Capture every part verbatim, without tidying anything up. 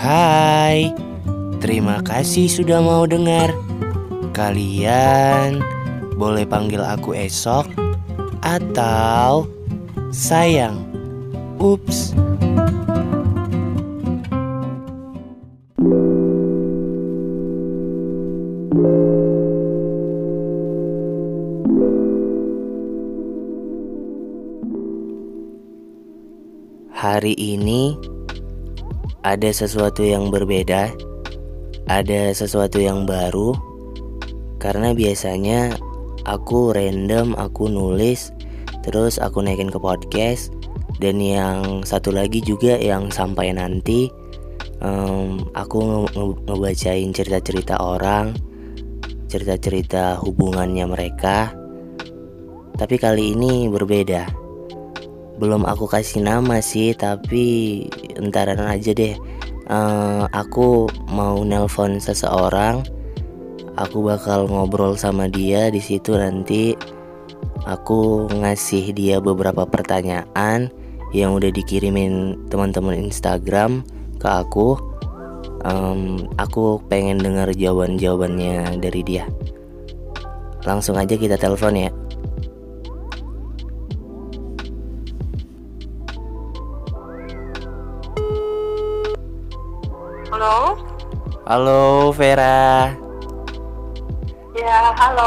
Hai, terima kasih sudah mau dengar. Kalian boleh panggil aku esok atau sayang. Ups. Hari ini ada sesuatu yang berbeda, ada sesuatu yang baru. Karena biasanya aku random, aku nulis, terus aku naikin ke podcast. Dan yang satu lagi juga yang sampai nanti um, aku nge- nge- ngebacain cerita-cerita orang, cerita-cerita hubungannya mereka. Tapi kali ini berbeda. Belum aku kasih nama sih, tapi entaran aja deh. uh, Aku mau nelpon seseorang. Aku bakal ngobrol sama dia. Di situ nanti aku ngasih dia beberapa pertanyaan yang udah dikirimin teman-teman Instagram ke aku. um, Aku pengen dengar jawaban-jawabannya dari dia. Langsung aja kita telepon ya. Halo. Halo Vera. Ya, halo.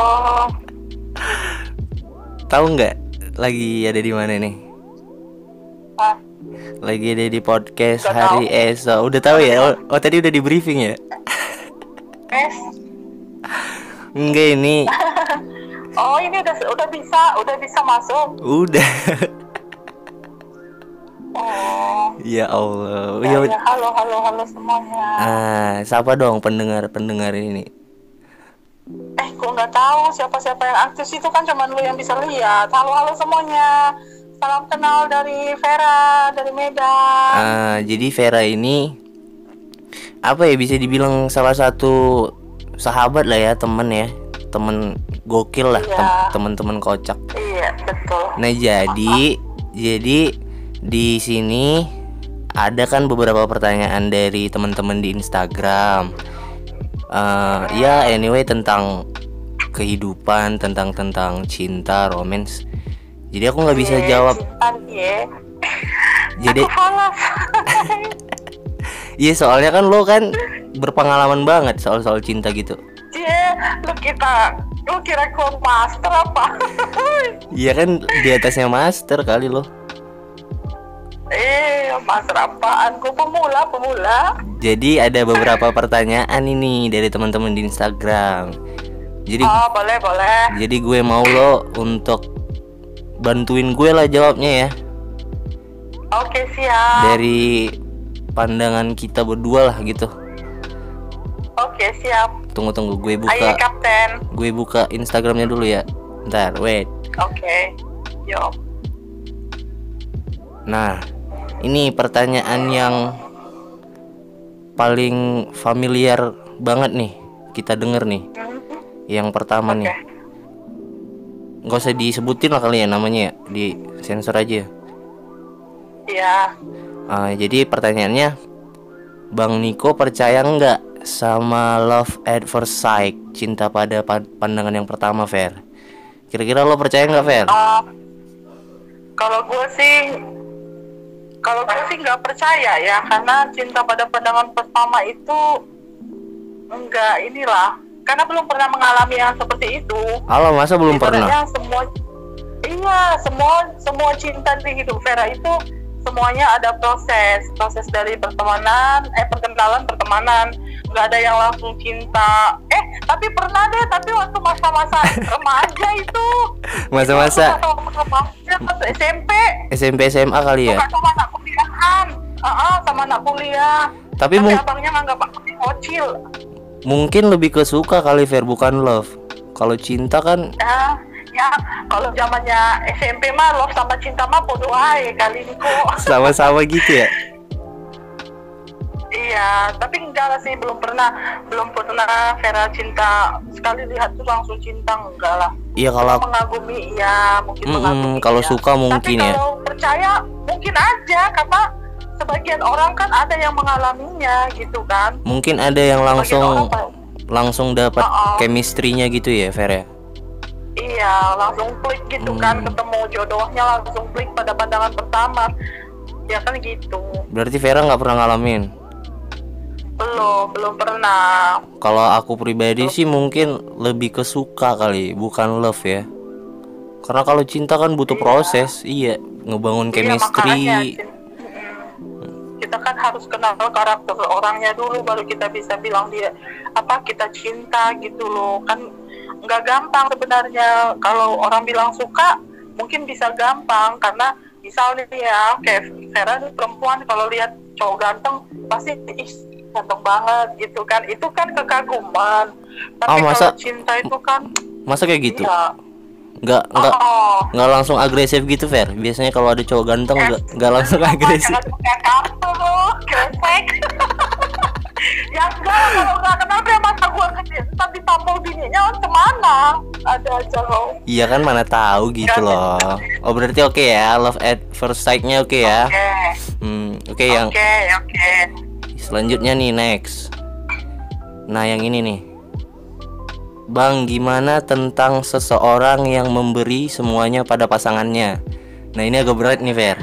Tahu nggak lagi ada di mana nih? Ah, Lagi ada di podcast Udah hari tahu. esok. Udah tahu ya? Oh, oh tadi udah di briefing ya? Mes. Enggak ini. Oh, ini udah udah bisa, udah bisa masuk. Udah. Oh. Ya Allah. Ya, Ya, ya, halo, halo, halo semuanya. ah, siapa dong pendengar-pendengar ini? Eh, gua nggak tahu siapa-siapa yang aktif itu, kan cuma lu yang bisa lihat. Halo, halo semuanya. Salam kenal dari Vera dari Medan. Ah, jadi Vera ini apa ya, bisa dibilang salah satu sahabat lah ya, temen ya, temen gokil lah, Iya. tem- temen-temen kocak. Iya, betul. Nah jadi jadi di sini ada kan beberapa pertanyaan dari teman-teman di Instagram. Eh, ya anyway tentang kehidupan, tentang tentang cinta, romance. Jadi aku nggak bisa Iya, jawab. cinta, iya. Jadi Aku halas. iya soalnya kan lo kan berpengalaman banget soal-soal cinta gitu. Iya, lu kita, lu kira gua master apa? Iya kan di atasnya master kali lo. Eh, master apaan? Gue pemula, pemula. Jadi ada beberapa pertanyaan ini dari teman-teman di Instagram. Jadi Oh, boleh, boleh. jadi gue mau lo untuk bantuin gue lah jawabnya ya. Oke, siap. Dari pandangan kita berdua lah gitu. Oke, siap. Tunggu-tunggu gue Ayo, buka Kapten. gue buka Instagramnya dulu ya. Ntar wait. Oke. Yo. Nah, ini pertanyaan yang paling familiar banget nih. Kita denger nih. Hmm, Yang pertama nih. Nggak usah disebutin lah kali ya namanya ya. Di sensor aja. Iya. Ah, jadi pertanyaannya, Bang Niko percaya nggak sama love at first sight, cinta pada pa- pandangan yang pertama, Fer? Kira-kira lo percaya nggak, Fer? Uh, kalau gue sih, kalau gue sih nggak percaya ya, karena cinta pada pandangan pertama itu enggak inilah, karena belum pernah mengalami yang seperti itu. Halo, masa belum pernah? Sebenarnya semua, iya, semua semua cinta di hidup Vera itu semuanya ada proses, proses dari pertemanan, eh perkenalan, pertemanan, nggak ada yang langsung cinta. Eh, tapi pernah deh, tapi waktu masa-masa remaja itu. Masa-masa Itu waktu remaja, waktu S M P. S M P S M A kali ya? Bukan sama anak kuliahan, ah, ah, sama anak kuliah. Tapi Tapi mung- abangnya nganggap aku bocil. mungkin lebih ke suka kali, Fer, bukan love. Kalau cinta kan Ya, ya, kalau zamannya S M P mah love sama cinta mah bodoh aja kali ini kok. sama-sama gitu ya. Iya, tapi enggak lah sih, belum pernah, belum pernah Vera cinta sekali lihat tuh langsung cinta, enggak lah. Iya kalau Mengagumi, iya, mungkin Mm-mm, mengagumi. kalau iya. suka mungkin tapi ya. kalau percaya mungkin aja, karena sebagian orang kan ada yang mengalaminya gitu kan. Mungkin ada yang langsung orang, langsung dapat uh-uh. chemistry-nya gitu ya, Fer ya? Iya, langsung klik gitu hmm. kan, ketemu jodohnya langsung klik pada pandangan pertama. Ya kan gitu. Berarti Vera nggak pernah ngalamin? Belum, belum pernah. Kalau aku pribadi belum. Sih mungkin lebih ke suka kali, bukan love ya. Karena kalau cinta kan butuh iya. proses, iya, ngebangun iya, chemistry. Makanya, kita kan harus kenal karakter orangnya dulu, baru kita bisa bilang dia apa kita cinta gitu loh. Kan nggak gampang sebenarnya. Kalau orang bilang suka, mungkin bisa gampang karena misalnya ya kayak Vera nih perempuan, kalau lihat cowok ganteng pasti ih ganteng banget gitu kan, itu kan kekaguman. Tapi oh, masa, kalau cinta itu kan masa kayak gitu iya. nggak nggak oh. nggak langsung agresif gitu Ver? Biasanya kalau ada cowok ganteng nggak eh, nggak langsung agresif. Jangan kayak kartu loh, kepek. Ya enggak, kalau nggak kenal ya masa gue kecil tapi tampol bininya kemana? Ada aja loh. Iya kan, mana tahu gitu gak loh. Oh berarti oke okay ya, love at first sight-nya oke okay ya. Oke. Okay. Hmm, oke okay, yang. Oke okay, oke. Okay. Selanjutnya nih next. Nah yang ini nih, Bang, gimana tentang seseorang yang memberi semuanya pada pasangannya? Nah ini agak berat nih Ver.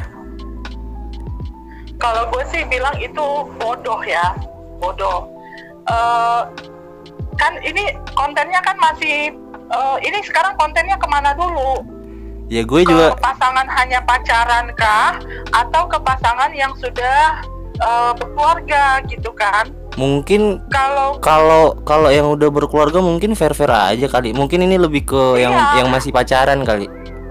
Kalau gue sih bilang itu bodoh ya, bodoh. Uh, kan ini kontennya kan masih, uh, ini sekarang kontennya kemana dulu? Ya gue juga. Ke pasangan hanya pacaran kah? Atau ke pasangan yang sudah uh, berkeluarga gitu kan? Mungkin kalau kalau kalau yang udah berkeluarga mungkin fair-fair aja kali. Mungkin ini lebih ke iya. yang yang masih pacaran kali.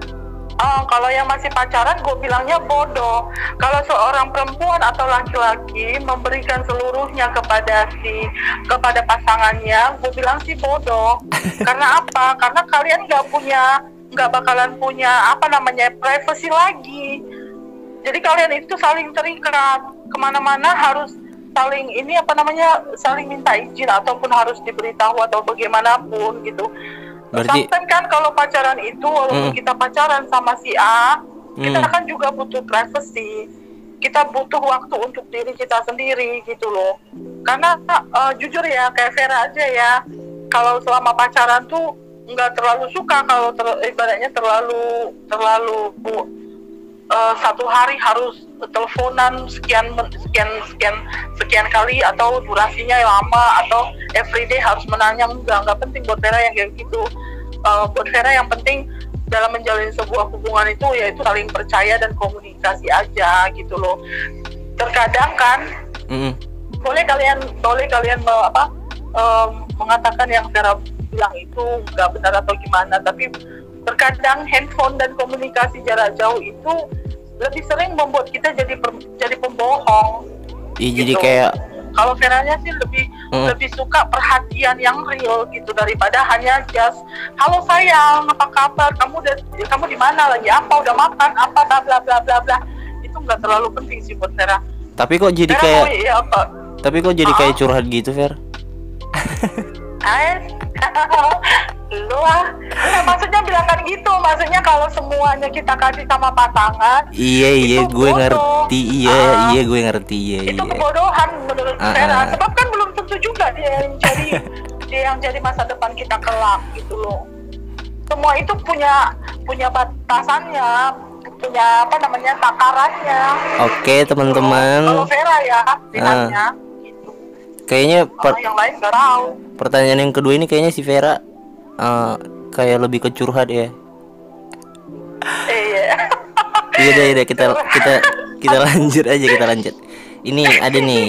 Oh, kalau yang masih pacaran gue bilangnya bodoh. Kalau seorang perempuan atau laki-laki memberikan seluruhnya kepada si kepada pasangannya, gue bilang sih bodoh. Karena apa? Karena kalian nggak punya nggak bakalan punya apa namanya privacy lagi. Jadi kalian itu saling terikat, kemana-mana harus saling ini apa namanya saling minta izin ataupun harus diberitahu atau bagaimanapun gitu. Berarti Sometimes kan kalau pacaran itu walaupun hmm. kita pacaran sama si A, hmm. kita kan juga butuh privacy. Kita butuh waktu untuk diri kita sendiri gitu loh. Karena uh, jujur ya kayak Vera aja ya, kalau selama pacaran tuh nggak terlalu suka kalau ter, ibaratnya terlalu terlalu uh, satu hari harus teleponan sekian sekian sekian sekian kali atau durasinya lama atau everyday harus menanya. Enggak nggak penting buat Vera yang kayak gitu. Uh, buat Vera yang penting dalam menjalin sebuah hubungan itu yaitu saling percaya dan komunikasi aja gitu loh. Terkadang kan mm-hmm. boleh kalian boleh kalian apa um, mengatakan yang Vera bilang itu nggak benar atau gimana, tapi terkadang handphone dan komunikasi jarak jauh itu lebih sering membuat kita jadi per, jadi pembohong. Iya gitu. Jadi kayak kalau Veranya sih lebih hmm. lebih suka perhatian yang real gitu daripada hanya just halo sayang apa kabar, kamu udah kamu di mana lagi, apa udah makan apa bla bla bla bla bla. Itu nggak terlalu penting sih buat Vera. Tapi kok jadi Vera kayak mau, ya, apa? Tapi kok jadi uh-huh. kayak curhat gitu Ver? Ais lu ah nah, maksudnya bilangkan gitu, maksudnya kalau semuanya kita kasih sama pasangan iya iya gue bodoh. ngerti iya uh, iya gue ngerti iya itu iya. kebodohan menurut uh, Vera uh. sebab kan belum tentu juga dia yang jadi dia yang jadi masa depan kita kelak gitu loh. Semua itu punya punya batasannya, punya apa namanya takarannya. Oke teman-teman, kalau Vera ya bilangnya uh. Kayaknya per- yang lain gak tahu. Pertanyaan yang kedua ini kayaknya si Vera uh, kayak lebih ke curhat ya. Iya. Iya deh, deh kita kita kita lanjut aja kita lanjut. Ini ada nih.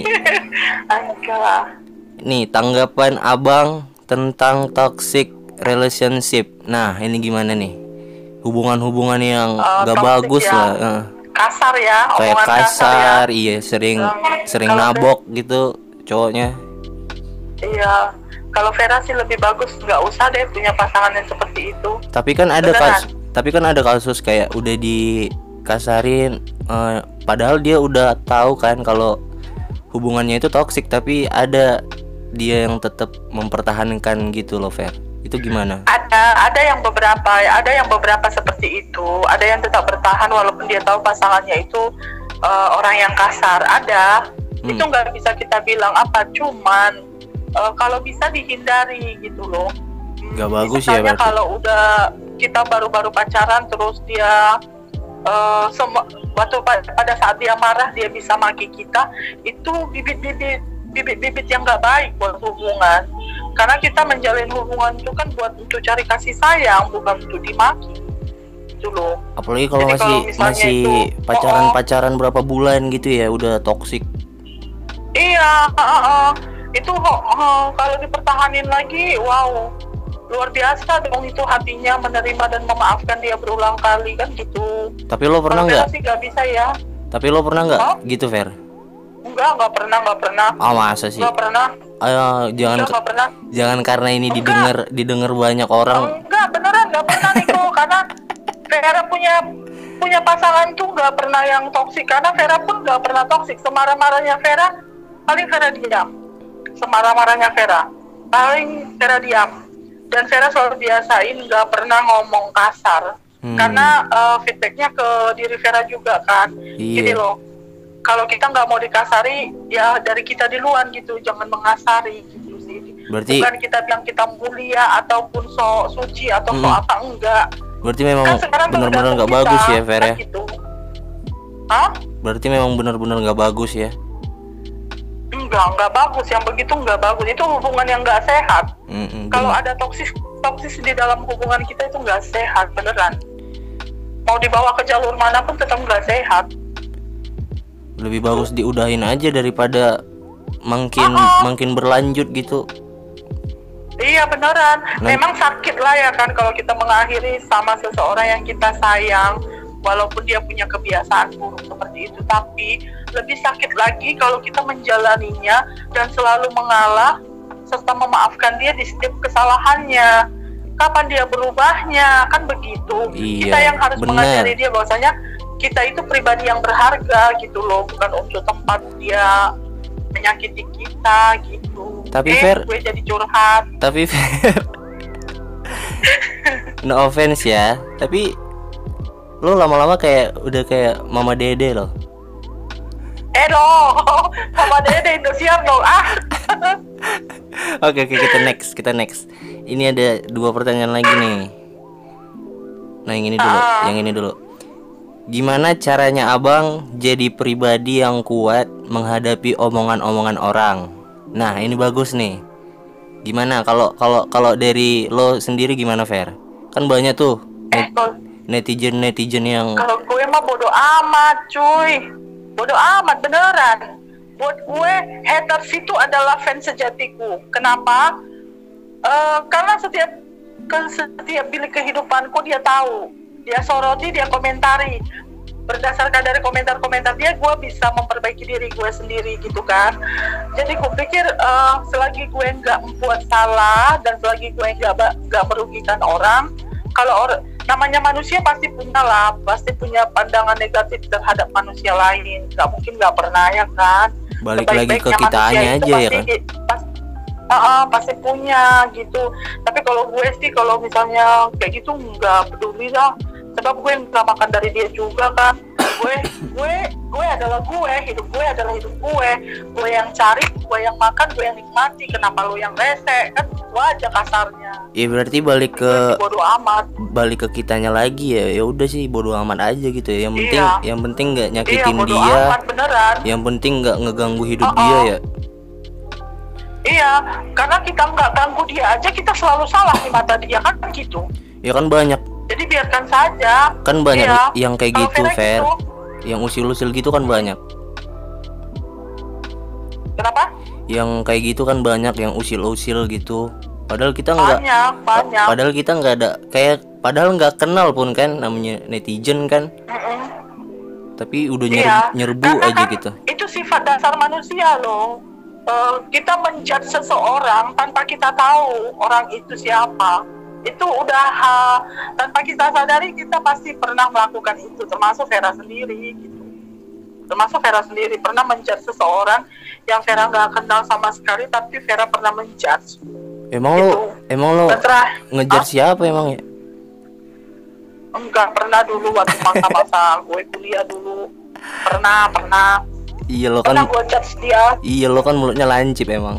Nih tanggapan abang tentang toxic relationship. Nah ini gimana nih? Hubungan-hubungan yang uh, gak bagus ya. lah. Uh. Kasar ya. Kayak kasar, kasar ya. Iya sering um, sering nabok de- gitu. Cowoknya. Iya, kalau Vera sih lebih bagus nggak usah deh punya pasangan yang seperti itu. Tapi kan ada kasus, tapi kan ada kasus kayak udah dikasarin, uh, padahal dia udah tahu kan kalau hubungannya itu toksik, tapi ada dia yang tetap mempertahankan gitu loh Ver. Itu gimana? Ada, ada yang beberapa, ada yang beberapa seperti itu, ada yang tetap bertahan walaupun dia tahu pasangannya itu uh, orang yang kasar, ada. Hmm. Itu nggak bisa kita bilang apa, cuman uh, kalau bisa dihindari gitu loh. Nggak bagus Misalnya ya berarti. kalau udah kita baru-baru pacaran terus dia uh, sem- waktu pada saat dia marah dia bisa maki kita, itu bibit-bibit bibit-bibit yang nggak baik buat hubungan. Karena kita menjalin hubungan itu kan buat untuk cari kasih sayang, bukan untuk dimaki. Itu loh. Apalagi kalau Jadi masih kalau masih itu, pacaran-pacaran berapa bulan gitu ya udah toksik. Iya, uh, uh, uh. itu uh, uh, kalau dipertahanin lagi, wow, luar biasa dong itu hatinya menerima dan memaafkan dia berulang kali kan gitu. Tapi lo pernah nggak? Sih nggak bisa ya. Tapi lo pernah nggak oh? gitu, Fer? Enggak, nggak pernah, nggak pernah. Ah, masa sih? Nggak pernah. Ayo, jangan Enggak, pernah. jangan karena ini Enggak. didengar didengar banyak orang. Enggak, beneran nggak pernah Niko. Karena Vera punya punya pasangan tuh nggak pernah yang toksik. Karena Vera pun nggak pernah toksik. Semarah-marahnya Vera, paling Vera diam. Semarah-marahnya Vera, paling Vera diam. Dan Vera selalu biasain nggak pernah ngomong kasar. Hmm. Karena uh, feedbacknya ke diri Vera juga kan. Iya. Gini loh. Kalau kita nggak mau dikasari, ya dari kita di luar gitu, jangan mengasari gitu sih. Berarti Bukan kita bilang kita mulia ataupun so suci atau so Hmm. apa, enggak. berarti memang Kan sekarang tuh benar-benar tergantung nggak kita, bagus ya, Fer ya. kan gitu. Hah? Berarti memang benar-benar nggak bagus ya. Enggak, enggak bagus. Yang begitu enggak bagus. Itu hubungan yang enggak sehat. Mm-mm, Kalau benar. ada toksis toksis di dalam hubungan kita itu enggak sehat, beneran. Mau dibawa ke jalur manapun tetap enggak sehat. Lebih bagus diudahin aja daripada makin Ah, ah. makin berlanjut gitu. Iya beneran, Nah. memang sakit lah ya kan kalau kita mengakhiri sama seseorang yang kita sayang, walaupun dia punya kebiasaan buruk seperti itu. Tapi lebih sakit lagi kalau kita menjalaninya dan selalu mengalah serta memaafkan dia di setiap kesalahannya. Kapan dia berubahnya, kan begitu. Iya, Kita yang harus bener. mengajari dia bahwasanya kita itu pribadi yang berharga gitu loh, bukan untuk tempat dia menyakiti kita gitu. Tapi, eh, Fer- gue jadi curhat. Tapi Fer, no offense ya, tapi lo lama-lama kayak udah kayak mama dede loh. Eh dong, sama Dede Indosiar dong. Ah, Oke oke kita next kita next. Ini ada dua pertanyaan lagi nih. Nah yang ini dulu, Ah. yang ini dulu. Gimana caranya abang jadi pribadi yang kuat menghadapi omongan-omongan orang? Nah ini bagus nih. Gimana kalau kalau kalau dari lo sendiri gimana, Fer? Kan banyak tuh eh kalau netizen netizen yang kalau gue mah bodo amat, cuy. Bodo amat beneran. Buat gue haters itu adalah fans sejatiku. Kenapa? Eh, karena setiap ke setiap bilik kehidupanku dia tahu, dia soroti, dia komentari. Berdasarkan dari komentar-komentar dia, gue bisa memperbaiki diri gue sendiri gitu kan. Jadi gue pikir eh, selagi gue nggak membuat salah dan selagi gue nggak ba- nggak merugikan orang, kalau or- namanya manusia pasti punya lah, pasti punya pandangan negatif terhadap manusia lain. Nggak mungkin nggak pernah ya kan. balik lagi ke Sebaik-baiknya kitanya manusia itu aja ya pasti kan. di- pas- Ah, ah, pasti punya gitu. Tapi kalau gue sih kalau misalnya kayak gitu nggak peduli lah. Sebab gue nggak makan dari dia juga kan. Gue gue gue adalah gue, hidup gue adalah hidup gue. Gue yang cari, gue yang makan, gue yang nikmati. Kenapa lo yang rese? Kan itu aja kasarnya. Ya berarti balik Gue ke sih bodo amat. balik ke kitanya lagi ya. Ya udah sih bodo amat aja gitu ya. Yang penting Iya. yang penting nggak Iya nyakitin bodo dia. amat beneran. Yang penting nggak ngeganggu hidup Oh, dia oh. ya. Iya, karena kita nggak ganggu dia aja, kita selalu salah di mata dia kan gitu. Ya kan banyak Jadi biarkan saja. kan banyak Iya. yang kayak Kalau gitu, Vera Fer. gitu, Yang usil-usil gitu kan banyak. kenapa? Yang kayak gitu kan banyak yang usil-usil gitu. Padahal kita nggak Banyak, banyak. Padahal kita nggak ada kayak padahal nggak kenal pun kan namanya netizen kan. Mm-mm. Tapi udah nyerbu, Iya. nyerbu Karena aja kan gitu. Itu sifat dasar manusia loh. Eh, kita menjudge seseorang tanpa kita tahu orang itu siapa. Itu udah ha, tanpa kita sadari kita pasti pernah melakukan itu, termasuk Vera sendiri gitu. Termasuk Vera sendiri pernah menjudge seseorang yang Vera nggak kenal sama sekali, tapi Vera pernah menjudge. Emang lo Gitu. emang lo Dan terah- ngejar Ah? siapa emang ya? Enggak pernah dulu waktu masa-masa gue kuliah dulu. Pernah, pernah. Iya lo Pernah kan. gue judge dia. Iya lo kan mulutnya lancip emang.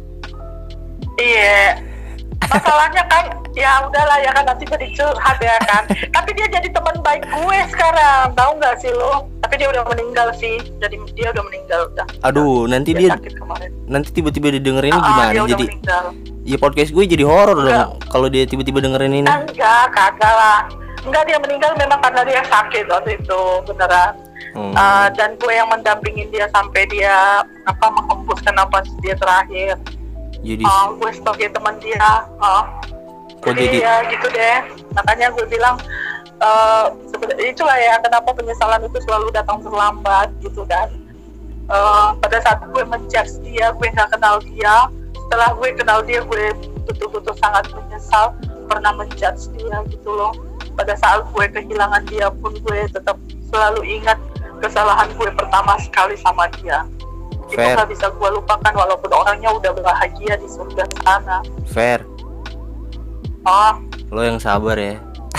Iya. Masalahnya kan, ya udahlah ya kan nanti jadi curhat ya kan. Tapi dia jadi teman baik gue sekarang, tahu nggak sih lo? Tapi dia udah meninggal sih, jadi dia udah meninggal udah. Aduh, nanti dia, dia, sakit kemarin. nanti tiba-tiba didengerin Ah, gimana? dia udah Jadi, meninggal. ya podcast gue jadi horor Enggak. dong kalau dia tiba-tiba dengerin ini. Enggak, kagak lah. Enggak, dia meninggal memang karena dia sakit waktu itu beneran. Hmm. Uh, dan gue yang mendampingin dia sampai dia apa menghembuskan napas dia terakhir. Jadi, Uh, gue sebagai teman dia. Uh, Kok jadi, jadi- ya gitu deh. Makanya gue bilang uh, sebenarnya itulah ya kenapa penyesalan itu selalu datang terlambat gitu kan. Uh, pada saat gue menjudge dia, gue nggak kenal dia. Setelah gue kenal dia, gue betul-betul sangat menyesal pernah menjudge dia gitu loh. Pada saat gue kehilangan dia pun gue tetap selalu ingat kesalahan gue pertama sekali sama dia. Itu Fair. nggak bisa gue lupakan walaupun orangnya udah bahagia di surga sana. Fair, Oh, lo yang sabar ya.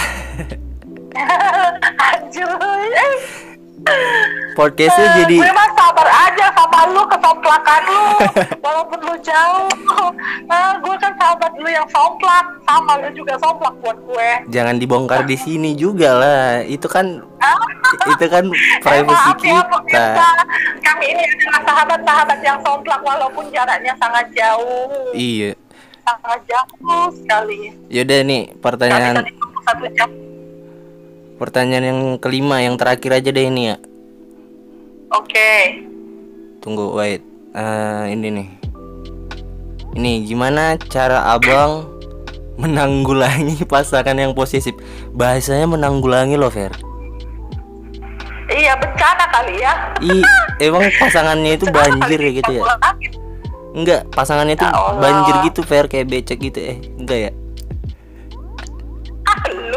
anjir. Podcastnya Eh, jadi, gue mah sabar aja sama lu, ketomplakan lu. Walaupun lu jauh. Nah, gue kan sahabat lu yang somplak. Sama lu juga somplak buat gue. jangan dibongkar di sini juga lah. Itu kan, itu kan Eh, privacy maaf ya, kita. pemirsa. Kami ini adalah sahabat-sahabat yang somplak walaupun jaraknya sangat jauh. Iya. Sangat jauh sekali. Yaudah nih Kami pertanyaan, tadi tunggu satu jam. pertanyaan yang kelima, yang terakhir aja deh ini ya. Oke. Tunggu, wait. Eh, ini nih. Ini gimana cara abang menanggulangi pasangan yang posesif? Bahasanya menanggulangi loh, Fer. Iya, bencana kali ya. Ih, emang pasangannya itu Bencana banjir kali ya gitu ya? ditanggulangi. Enggak, pasangannya itu Ya Allah. banjir gitu, Fer, kayak becek gitu. Eh, enggak ya? Ah, lu.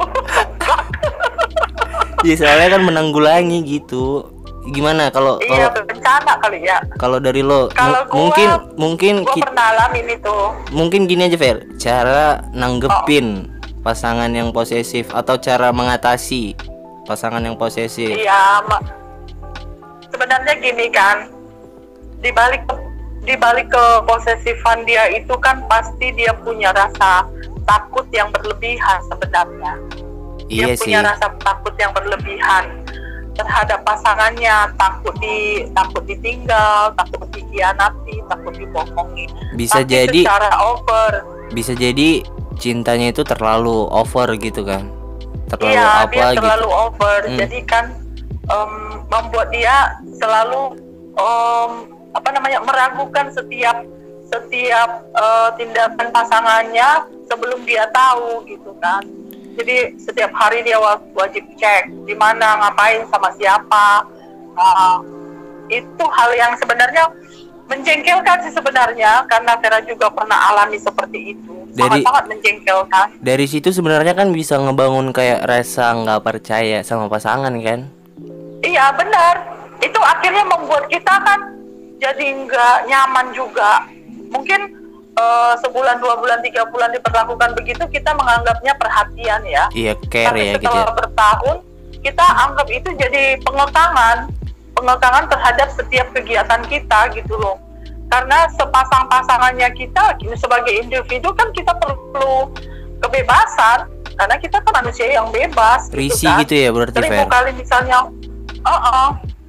Iya, soalnya kan menanggulangi gitu. Gimana kalau Iya, kalau bencana kali ya. kalau dari lo? Kalau mu- gua- mungkin mungkin Gue ki- pernah alamin itu. mungkin gini aja, Fer. Cara nanggepin pasangan yang posesif atau cara mengatasi pasangan yang posesif. Iya, ma- sebenarnya gini kan, di balik di balik ke posesifan dia itu kan pasti dia punya rasa takut yang berlebihan sebenarnya. Dia Iya punya sih. rasa takut yang berlebihan terhadap pasangannya, takut di takut ditinggal, takut dikhianati, takut dibohongi. Bisa Tapi jadi secara over. bisa jadi cintanya itu terlalu over gitu kan. Terlalu Iya, apa dia gitu. terlalu over. Hmm. Jadi kan em, membuat dia selalu em, apa namanya meragukan setiap setiap eh, tindakan pasangannya sebelum dia tahu gitu kan. Jadi setiap hari dia wa- wajib cek di mana, ngapain, sama siapa. Nah, itu hal yang sebenarnya menjengkelkan sih sebenarnya karena Vera juga pernah alami seperti itu. Dari- Sangat-sangat menjengkelkan. Dari situ sebenarnya kan bisa ngebangun kayak rasa nggak percaya sama pasangan kan. Iya benar, itu akhirnya membuat kita kan jadi nggak nyaman juga. Mungkin eh, sebulan, dua bulan, tiga bulan diperlakukan begitu, kita menganggapnya perhatian ya. Iya, care Tapi ya gitu setelah ya. bertahun, kita anggap itu jadi pengekangan, pengekangan terhadap setiap kegiatan kita gitu loh. Karena sepasang-pasangannya kita sebagai individu kan kita perlu kebebasan, karena kita kan manusia yang bebas. Risih kan. gitu ya berarti, Seribu Fer. kali misalnya, uh-uh.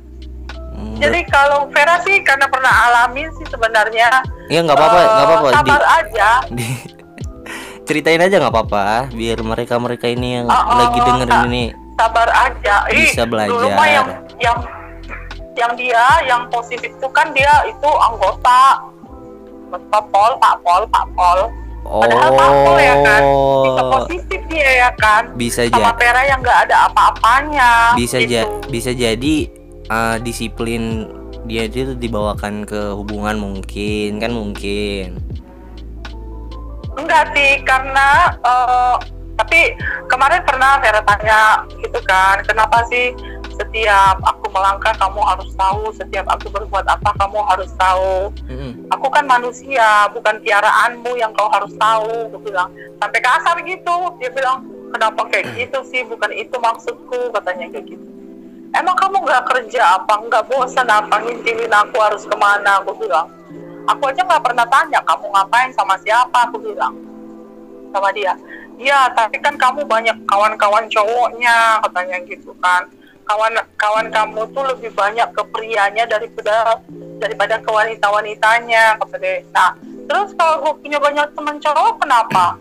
Hmm, Jadi kalau Vera sih karena pernah alami sih sebenarnya. Iya nggak apa-apa, eh, nggak apa-apa. Di- Sabar aja. di- ceritain aja nggak apa-apa, biar mereka mereka ini yang Uh-uh, lagi dengerin sa- ini. Sabar aja. Ih, Bisa dulu belajar. mah yang yang yang dia yang positif itu kan dia itu anggota Pak Pol, Pak Pol, Pak Pol. Padahal Pak Pol ya kan bisa Oh, positif dia ya kan. bisa Sama aja, Vera yang nggak ada apa-apanya. bisa gitu. aja, bisa jadi uh, disiplin dia itu dibawakan ke hubungan mungkin kan mungkin. Enggak sih, karena eh, tapi kemarin pernah Vera tanya gitu kan, kenapa sih setiap aku melangkah kamu harus tahu, setiap aku berbuat apa kamu harus tahu. Mm-mm. Aku kan manusia, bukan piaraanmu yang kau harus tahu. Gue bilang sampai kasar gitu. Dia bilang kenapa kayak gitu sih, bukan itu maksudku, katanya kayak gitu. emang kamu nggak kerja apa, nggak bosan apa ngintilin aku harus kemana, aku bilang. Aku aja nggak pernah tanya kamu ngapain sama siapa, aku bilang sama dia. Iya, tapi kan kamu banyak kawan-kawan cowoknya, katanya gitu kan. Kawan-kawan kamu tuh lebih banyak ke prianya daripada daripada ke wanita-wanitanya, kata dia. Nah, terus kalau gue punya banyak teman cowok, kenapa?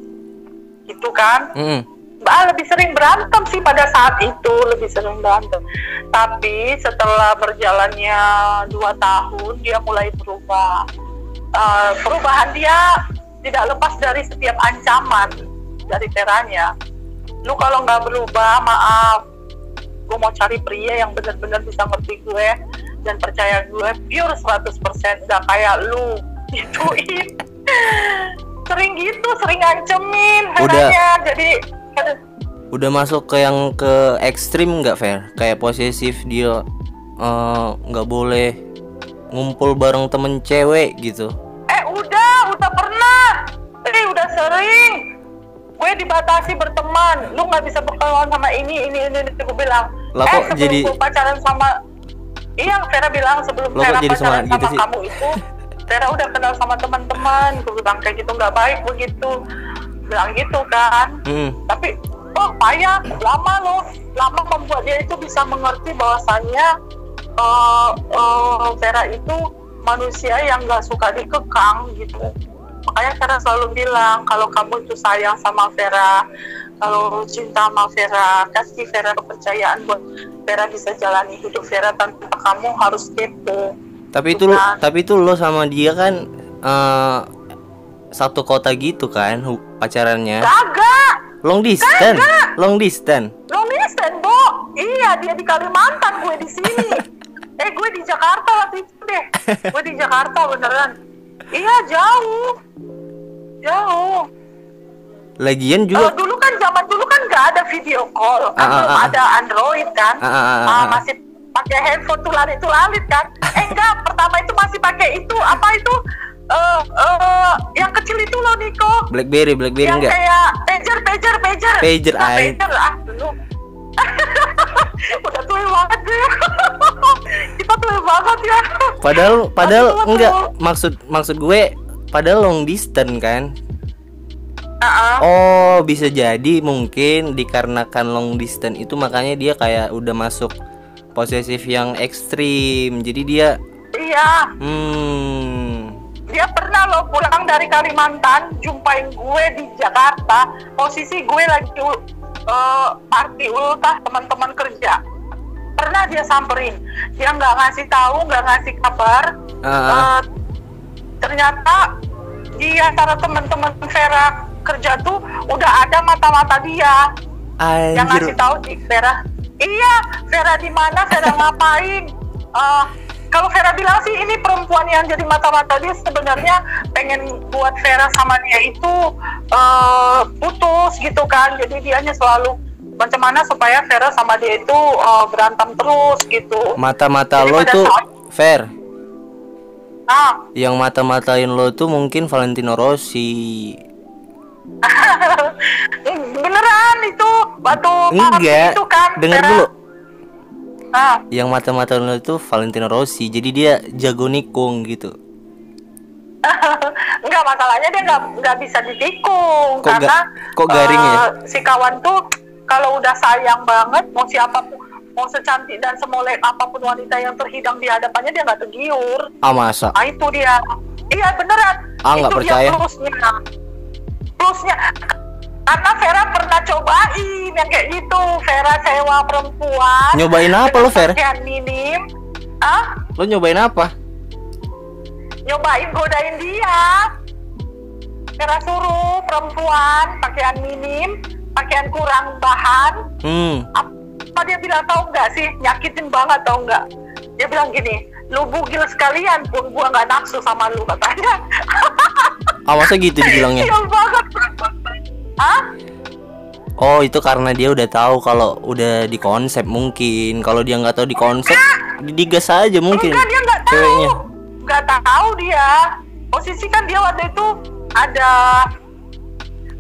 Gitu kan? Mm. Bah, lebih sering berantem sih pada saat itu, lebih sering berantem. Tapi setelah berjalannya dua tahun, dia mulai berubah. Uh, perubahan dia tidak lepas dari setiap ancaman dari Veranya. Lu kalau nggak berubah, maaf, gue mau cari pria yang benar-benar bisa ngerti gue dan percaya gue pure seratus persen, nggak kayak lu gituin. Sering gitu, sering ngancemin Veranya. Jadi udah masuk ke yang ke ekstrim nggak, Fer? Kayak posesif, dia nggak uh, boleh ngumpul bareng temen cewek gitu. Eh udah, udah pernah. Eh udah sering. Gue dibatasi berteman. Lu nggak bisa berkawan sama ini, ini, ini. Gue bilang. Lah, eh sebelum jadi... gue pacaran sama, iya Vera bilang sebelum Vera pacaran sama gitu kamu itu, Vera udah kenal sama teman-teman. Gue bilang kayak gitu nggak baik begitu. Bilang gitu kan. Hmm. Tapi oh payah, lama loh, lama membuat dia itu bisa mengerti bahwasannya uh, uh, Vera itu manusia yang nggak suka dikekang gitu. Makanya Vera selalu bilang kalau kamu itu sayang sama Vera, kalau cinta sama Vera, kasih Vera kepercayaan buat Vera bisa jalani hidup Vera tanpa kamu harus kepo. Tapi itu, kan? Tapi itu lo sama dia kan uh, satu kota gitu kan pacarannya? Kagak. Long distance, Kagak. long distance. Long distance, Bo. Iya, dia di Kalimantan, gue di sini. eh, gue di Jakarta waktu itu deh. Gue di Jakarta beneran. Iya, jauh. Jauh. Lagian juga. Uh, dulu kan zaman dulu kan nggak ada video call, kan ah, belum ah, ada Android kan. Ah, ah, ah, ah. Masih pakai handphone tulalit-tulalit kan. eh enggak, pertama itu masih pakai itu apa itu? Uh, uh, yang kecil itu loh Niko. Blackberry, Blackberry yang enggak? Yang kayak pager, pager, pager. Pager, nah, pager ah dulu. Udah tua banget ya. Kita tua banget ya. Padahal, padahal Aduh, enggak. Maksud, maksud gue, padahal long distance kan. Uh-uh. Oh, bisa jadi mungkin dikarenakan long distance itu makanya dia kayak udah masuk posesif yang ekstrim. Jadi dia. Iya. Hmm. Dia pernah loh pulang dari Kalimantan, jumpain gue di Jakarta. Posisi gue lagi uh, party ultah teman-teman kerja. Pernah dia samperin, dia nggak ngasih tahu, nggak ngasih kabar. Uh. Uh, ternyata di antara teman-teman Vera kerja tuh udah ada mata-mata dia. Anjir. Yang ngasih tahu di Vera. Iya, Vera di mana, Vera ngapain? Uh, Kalau Vera bilang sih ini perempuan yang jadi mata-mata dia sebenarnya pengen buat Vera sama dia itu uh, putus gitu kan. Jadi dia hanya selalu macam mana supaya Vera sama dia itu uh, berantem terus gitu. Mata-mata lo tuh saat... Ver. Ah. Yang mata-matain lo tuh mungkin Valentino Rossi. Beneran itu batu enggak itu kan. Dengar Vera... dulu. Ah. Yang mata-mata lo itu Valentino Rossi, jadi dia jago nikung gitu. Enggak, masalahnya dia nggak nggak bisa ditikung kok karena ga, kok garing uh, ya? Si kawan tuh kalau udah sayang banget, mau siapapun, mau secantik dan semolek apapun wanita yang terhidang di hadapannya dia nggak tergiur. Ah masa? Ah itu dia. Iya beneran. Ah nggak percaya. Dia plusnya. Plusnya. Karena Vera pernah cobain yang kayak gitu. Vera sewa perempuan. Nyobain apa lo, Vera? Pakaian minim. Ah? Lo nyobain apa? Nyobain godain dia. Vera suruh perempuan pakaian minim, pakaian kurang bahan. Hmm. Apa dia bilang tahu nggak sih? Nyakitin banget tahu nggak? Dia bilang gini, lu bugil sekalian pun gua nggak nafsu sama lu katanya. Ah masa gitu dibilangnya? Iya banget. Hah? Oh itu karena dia udah tahu kalau udah di konsep mungkin. Kalau dia nggak tahu di konsep, digas aja mungkin. Enggak, dia nggak tahu. Nggak tahu dia. Posisi kan dia waktu itu ada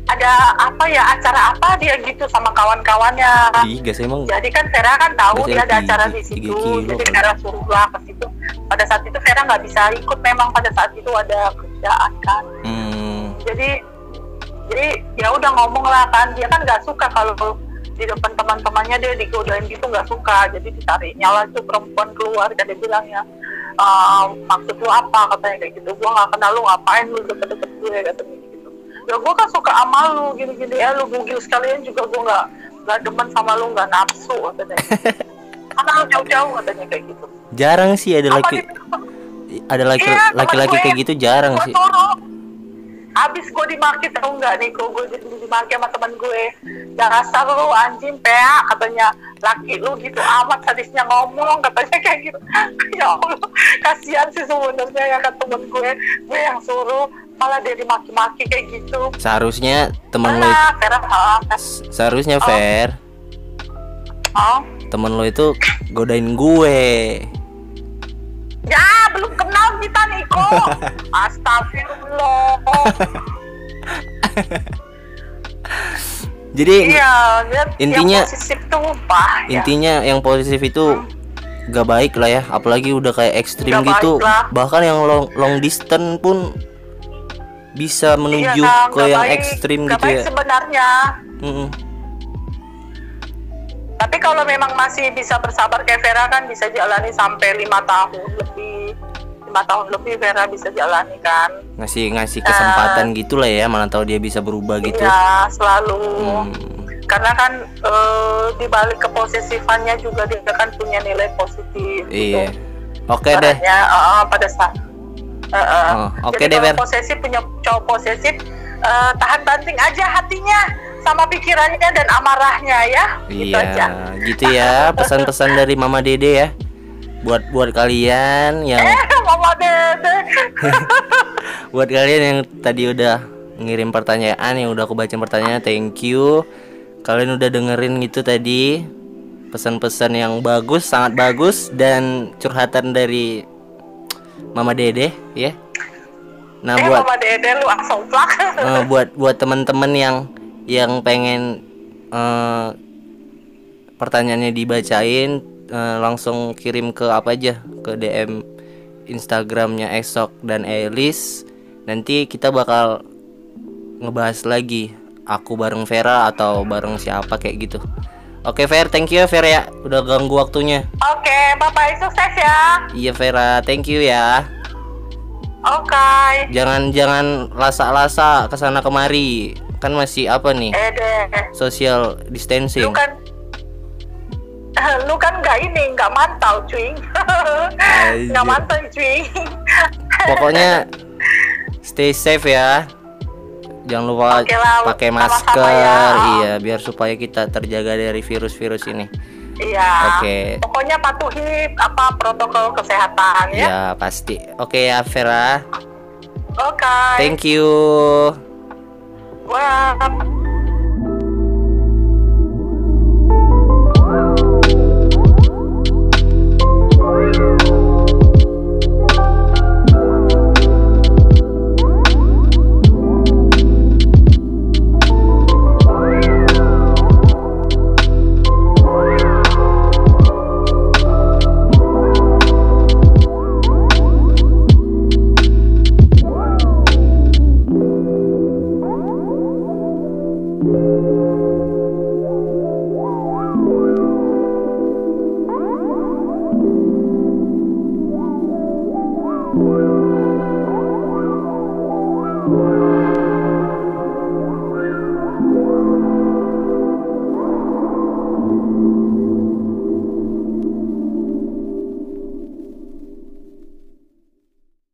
ada apa ya acara apa dia gitu sama kawan-kawannya. Ih, gas emang. Jadi kan Vera kan tahu dia ada acara di tiga situ, kilo jadi kan. Vera suruh lah ke situ. Pada saat itu Vera nggak bisa ikut, memang pada saat itu ada kerjaan kan. Hmm. Jadi jadi ya udah ngomong lah kan, dia kan nggak suka kalau di depan teman-temannya dia digodain gitu, nggak suka. Jadi ditariknya lah tuh perempuan keluar, kan dia bilangnya, ehm, maksud lu apa, katanya kayak gitu. Gua nggak kenal lu, ngapain lu deket-deket gue, katanya gitu. Ya gue kan suka sama lu gini-gini ya, lu bugil sekalian juga gue nggak nggak demen sama lu, nggak nafsu, katanya. Karena lu jauh-jauh, katanya kayak gitu. Jarang sih ada Apa laki gitu? ada laki Iya, teman laki-laki gue, kayak gitu, jarang gue sih. suruh. Abis gue dimaki, tau nggak nih, kok gue jadi dimaki sama temen gue. Dasar lu anjing pea, katanya, laki lu gitu amat sadisnya ngomong, katanya kayak gitu. Ya Allah, kasihan sih sebenarnya ya kan temen gue, gue yang suruh, malah dia dimaki-maki kayak gitu. Seharusnya teman lo Nah, Vera, ah, seharusnya Oh. Fer, oh. temen lo itu godain gue. Ya, belum kenal kita nih kok. Astagfirullah. Jadi Iya, dia intinya- yang positif tuh bah, ya. intinya yang positif itu gak baik lah ya, apalagi udah kayak ekstrim Gak gitu. baik lah. Bahkan yang long long distance pun bisa menuju Iya, ke nggak yang baik, ekstrim nggak gitu baik ya. sebenarnya. Mm-mm. Tapi kalau memang masih bisa bersabar kayak Vera kan bisa jalani sampai lima tahun lebih. Lima tahun lebih Vera bisa jalani kan. Ngasih ngasih kesempatan gitu lah ya, mana tahu dia bisa berubah gitu. Iya, selalu. Hmm. Karena kan eh, di balik keposesifannya juga dia kan punya nilai positif. Iya. Gitu. Oke deh. Caranya, eh, pada saat eh, eh. Oh, oke Jadi deh, kalau Ver. posesif punya cowok posesif, eh, tahan banting aja hatinya sama pikirannya dan amarahnya ya. Gitu Iya, aja. gitu ya pesan-pesan dari Mama Dede ya. Buat buat kalian yang Eh, Mama Dede. buat kalian yang tadi udah ngirim pertanyaan, yang udah aku baca pertanyaan, thank you. Kalian udah dengerin gitu tadi pesan-pesan yang bagus, sangat bagus, dan curhatan dari Mama Dede ya. Nah, eh, buat Mama Dede lu asoplak. eh, buat buat teman-teman yang yang pengen eh, pertanyaannya dibacain, eh, langsung kirim ke apa aja, ke D M Instagramnya Esok dan Elis. Nanti kita bakal ngebahas lagi, aku bareng Vera atau bareng siapa kayak gitu. Oke Ver, thank you ya Vera ya, udah ganggu waktunya. Oke, bye-bye, sukses ya. Iya Vera, thank you ya. Oke. Jangan jangan lasa-lasa kesana kemari, kan masih apa nih, Eh deh. social Lu distancing. kan lu kan nggak ini nggak mantau cuy. Aja. Nggak mantau cuy. Pokoknya stay safe ya. Jangan lupa Oke lah, pakai sama-sama masker, ya. iya, biar supaya kita terjaga dari virus-virus ini. Iya. Oke. Pokoknya patuhi apa protokol kesehatan ya. Ya pasti. Oke ya Vera, Oke. thank you. Wah.